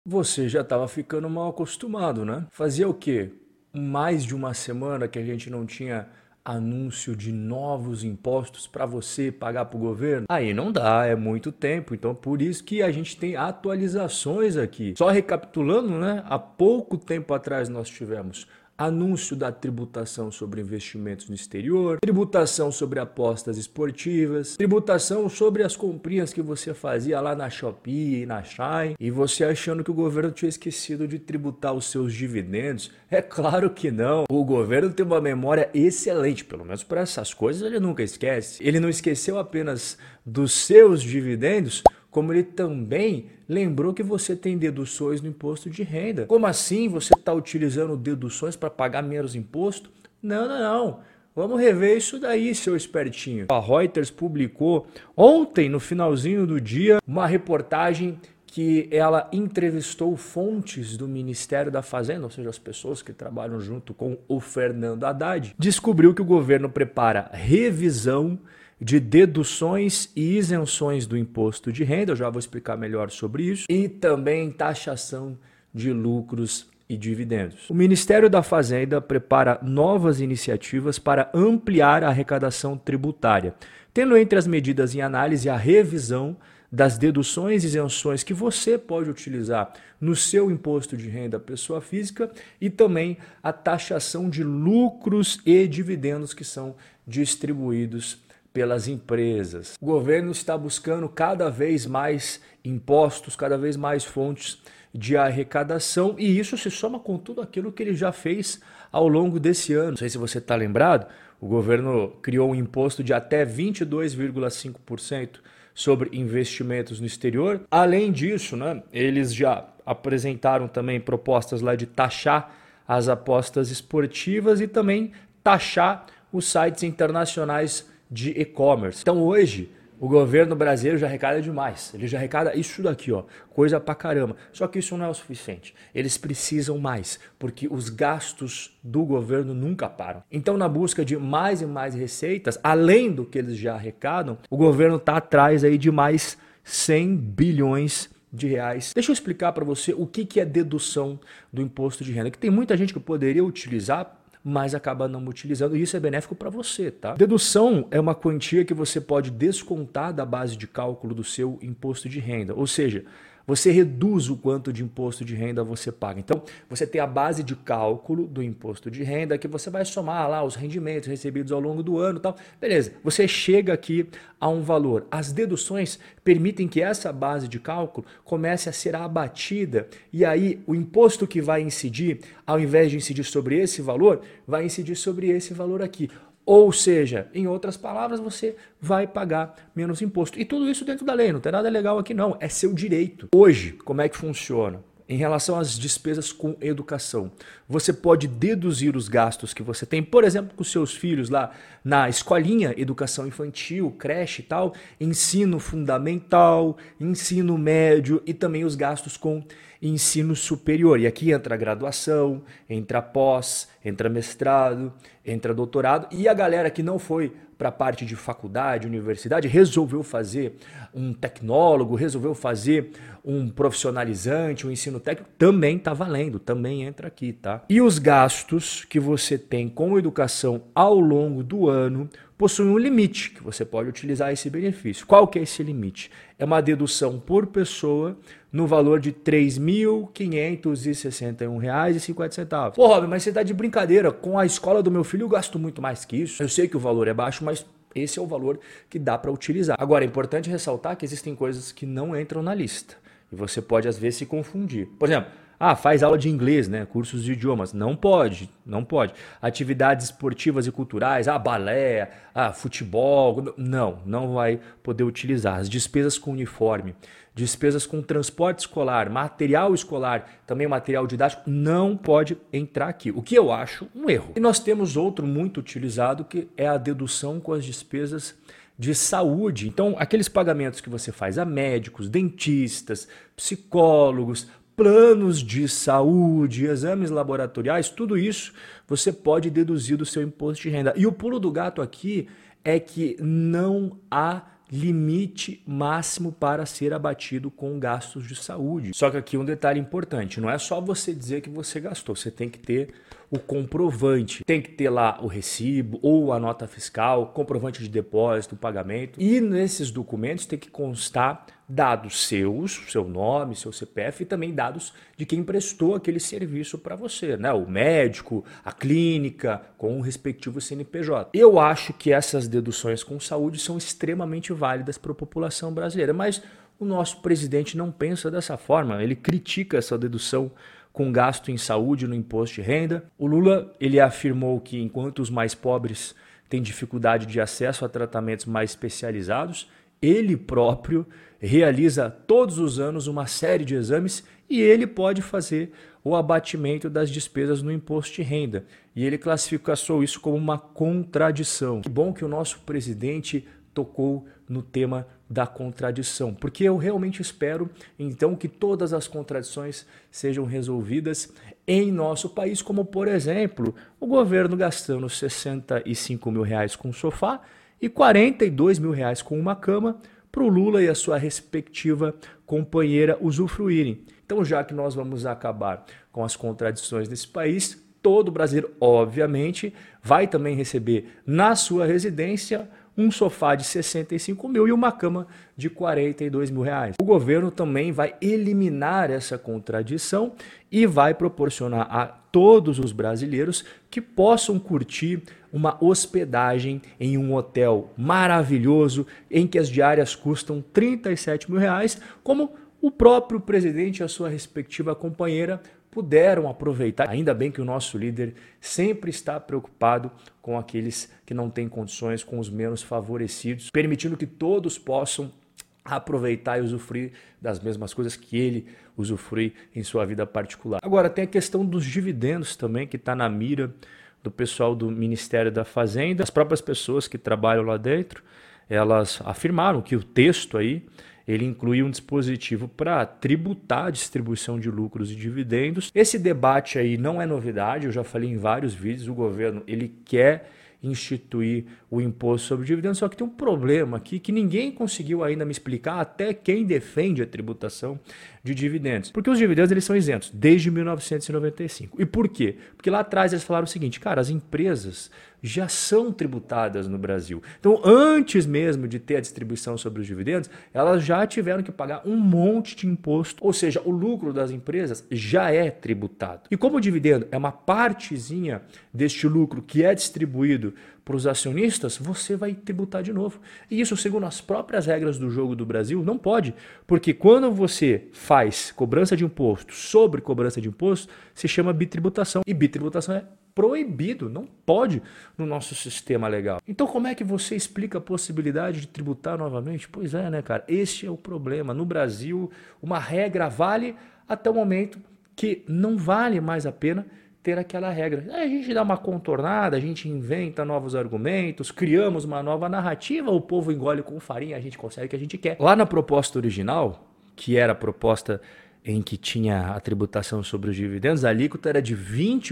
Você já estava ficando mal acostumado, né? Fazia o quê? Mais de uma semana que a gente não tinha anúncio de novos impostos para você pagar para o governo? Aí não dá, é muito tempo. Então por isso que a gente tem atualizações aqui. Só recapitulando, né? Há pouco tempo atrás nós tivemos anúncio da tributação sobre investimentos no exterior, tributação sobre apostas esportivas, tributação sobre as comprinhas que você fazia lá na Shopee e na Shine, e você achando que o governo tinha esquecido de tributar os seus dividendos. É claro que não. O governo tem uma memória excelente, pelo menos para essas coisas ele nunca esquece. Ele não esqueceu apenas dos seus dividendos, como ele também lembrou que você tem deduções no imposto de renda. Como assim você está utilizando deduções para pagar menos imposto? Não, não, não. Vamos rever isso daí, seu espertinho. A Reuters publicou ontem, no finalzinho do dia, uma reportagem que ela entrevistou fontes do Ministério da Fazenda, ou seja, as pessoas que trabalham junto com o Fernando Haddad. Descobriu que o governo prepara revisão de deduções e isenções do imposto de renda, eu já vou explicar melhor sobre isso, e também taxação de lucros e dividendos. O Ministério da Fazenda prepara novas iniciativas para ampliar a arrecadação tributária, tendo entre as medidas em análise a revisão das deduções e isenções que você pode utilizar no seu imposto de renda pessoa física e também a taxação de lucros e dividendos que são distribuídos pelas empresas. O governo está buscando cada vez mais impostos, cada vez mais fontes de arrecadação, e isso se soma com tudo aquilo que ele já fez ao longo desse ano. Não sei se você está lembrado, o governo criou um imposto de até 22,5% sobre investimentos no exterior. Além disso, né, eles já apresentaram também propostas lá de taxar as apostas esportivas e também taxar os sites internacionais de e-commerce. Então hoje o governo brasileiro já arrecada demais. Ele já arrecada isso daqui, ó, coisa pra caramba. Só que isso não é o suficiente. Eles precisam mais, porque os gastos do governo nunca param. Então, na busca de mais e mais receitas, além do que eles já arrecadam, o governo está atrás aí de mais 100 bilhões de reais. Deixa eu explicar para você o que é dedução do imposto de renda, que tem muita gente que poderia utilizar, mas acaba não utilizando, e isso é benéfico para você, tá? Dedução é uma quantia que você pode descontar da base de cálculo do seu imposto de renda, ou seja, você reduz o quanto de imposto de renda você paga. Então, você tem a base de cálculo do imposto de renda que você vai somar lá os rendimentos recebidos ao longo do ano e tal. Beleza, você chega aqui a um valor. As deduções permitem que essa base de cálculo comece a ser abatida e aí o imposto que vai incidir, ao invés de incidir sobre esse valor, vai incidir sobre esse valor aqui. Ou seja, em outras palavras, você vai pagar menos imposto. E tudo isso dentro da lei, não tem nada legal aqui não, é seu direito. Hoje, como é que funciona? Em relação às despesas com educação, você pode deduzir os gastos que você tem, por exemplo, com seus filhos lá na escolinha, educação infantil, creche e tal, ensino fundamental, ensino médio e também os gastos com ensino superior. E aqui entra a graduação, entra pós, entra mestrado, entra doutorado, e a galera que não foi para a parte de faculdade, universidade, resolveu fazer um tecnólogo, resolveu fazer um profissionalizante, um ensino técnico, também está valendo, também entra aqui, tá? E os gastos que você tem com educação ao longo do ano possuem um limite, que você pode utilizar esse benefício. Qual que é esse limite? É uma dedução por pessoa no valor de R$ 3.561,50. Pô, Robin, mas você tá de brincadeira. Com a escola do meu filho eu gasto muito mais que isso. Eu sei que o valor é baixo, mas esse é o valor que dá para utilizar. Agora, é importante ressaltar que existem coisas que não entram na lista. E você pode, às vezes, se confundir. Por exemplo, faz aula de inglês, né? Cursos de idiomas. Não pode, não pode. Atividades esportivas e culturais, balé, futebol. Não vai poder utilizar. As despesas com uniforme, despesas com transporte escolar, material escolar, também material didático, não pode entrar aqui. O que eu acho um erro. E nós temos outro muito utilizado, que é a dedução com as despesas de saúde. Então, aqueles pagamentos que você faz a médicos, dentistas, psicólogos, planos de saúde, exames laboratoriais, tudo isso você pode deduzir do seu imposto de renda. E o pulo do gato aqui é que não há limite máximo para ser abatido com gastos de saúde. Só que aqui um detalhe importante, não é só você dizer que você gastou, você tem que ter o comprovante, tem que ter lá o recibo ou a nota fiscal, comprovante de depósito, pagamento, e nesses documentos tem que constar dados seus, seu nome, seu CPF e também dados de quem prestou aquele serviço para você, né? O médico, a clínica, com o respectivo CNPJ. Eu acho que essas deduções com saúde são extremamente válidas para a população brasileira, mas o nosso presidente não pensa dessa forma, ele critica essa dedução com gasto em saúde no imposto de renda. O Lula, ele afirmou que enquanto os mais pobres têm dificuldade de acesso a tratamentos mais especializados, ele próprio realiza todos os anos uma série de exames e ele pode fazer o abatimento das despesas no imposto de renda. E ele classificou isso como uma contradição. Que bom que o nosso presidente tocou no tema da contradição, porque eu realmente espero, então, que todas as contradições sejam resolvidas em nosso país, como, por exemplo, o governo gastando R$65 mil com um sofá e R$42 mil com uma cama para o Lula e a sua respectiva companheira usufruírem. Então, já que nós vamos acabar com as contradições nesse país, todo brasileiro, obviamente, vai também receber na sua residência um sofá de 65 mil e uma cama de 42 mil reais. O governo também vai eliminar essa contradição e vai proporcionar a todos os brasileiros que possam curtir uma hospedagem em um hotel maravilhoso em que as diárias custam 37 mil reais, como o próprio presidente e a sua respectiva companheira puderam aproveitar. Ainda bem que o nosso líder sempre está preocupado com aqueles que não têm condições, com os menos favorecidos, permitindo que todos possam aproveitar e usufruir das mesmas coisas que ele usufrui em sua vida particular. Agora, tem a questão dos dividendos também, que está na mira do pessoal do Ministério da Fazenda. As próprias pessoas que trabalham lá dentro, elas afirmaram que o texto aí, ele inclui um dispositivo para tributar a distribuição de lucros e dividendos. Esse debate aí não é novidade, eu já falei em vários vídeos, o governo ele quer instituir o imposto sobre dividendos, só que tem um problema aqui que ninguém conseguiu ainda me explicar, até quem defende a tributação de dividendos. Porque os dividendos eles são isentos desde 1995. E por quê? Porque lá atrás eles falaram o seguinte, cara, as empresas já são tributadas no Brasil. Então, antes mesmo de ter a distribuição sobre os dividendos, elas já tiveram que pagar um monte de imposto. Ou seja, o lucro das empresas já é tributado. E como o dividendo é uma partezinha deste lucro que é distribuído para os acionistas, você vai tributar de novo. E isso, segundo as próprias regras do jogo do Brasil, não pode. Porque quando você faz cobrança de imposto sobre cobrança de imposto, se chama bitributação. E bitributação é proibido, não pode no nosso sistema legal. Então como é que você explica a possibilidade de tributar novamente? Pois é, né, cara? Este é o problema. No Brasil, uma regra vale até o momento que não vale mais a pena ter aquela regra. A gente dá uma contornada, a gente inventa novos argumentos, criamos uma nova narrativa, o povo engole com farinha, a gente consegue o que a gente quer. Lá na proposta original, que era a proposta em que tinha a tributação sobre os dividendos, a alíquota era de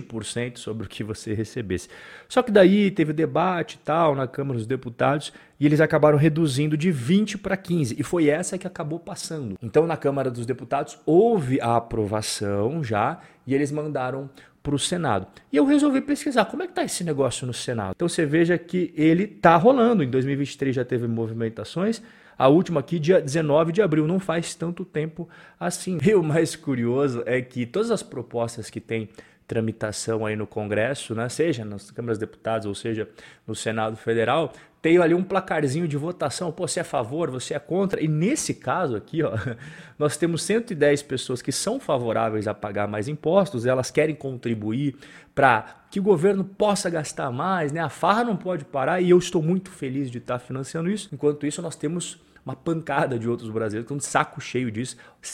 20% sobre o que você recebesse. Só que daí teve debate e tal na Câmara dos Deputados e eles acabaram reduzindo de 20 para 15 e foi essa que acabou passando. Então na Câmara dos Deputados houve a aprovação já e eles mandaram para o Senado. E eu resolvi pesquisar como é que está esse negócio no Senado. Então você veja que ele está rolando. Em 2023 já teve movimentações. A última aqui, dia 19 de abril, não faz tanto tempo assim. E o mais curioso é que todas as propostas que tem tramitação aí no Congresso, né, seja nas câmaras de deputados ou seja no Senado Federal, tem ali um placarzinho de votação, pô, você é a favor, você é contra, e nesse caso aqui, ó, nós temos 110 pessoas que são favoráveis a pagar mais impostos, elas querem contribuir para que o governo possa gastar mais, né? A farra não pode parar e eu estou muito feliz de estar financiando isso. Enquanto isso, nós temos uma pancada de outros brasileiros que estão de saco cheio disso,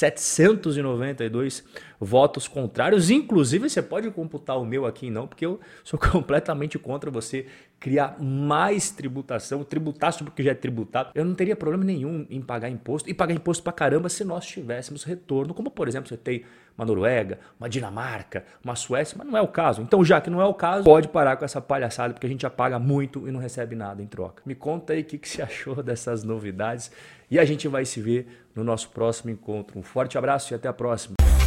792 votos contrários, inclusive você pode computar o meu aqui não, porque eu sou completamente contra você criar mais tributação, tributar sobre o que já é tributado. Eu não teria problema nenhum em pagar imposto, e pagar imposto pra caramba se nós tivéssemos retorno, como por exemplo você tem uma Noruega, uma Dinamarca, uma Suécia, mas não é o caso. Então, já que não é o caso, pode parar com essa palhaçada, porque a gente já paga muito e não recebe nada em troca. Me conta aí o que você achou dessas novidades e a gente vai se ver no nosso próximo encontro. Um forte abraço e até a próxima.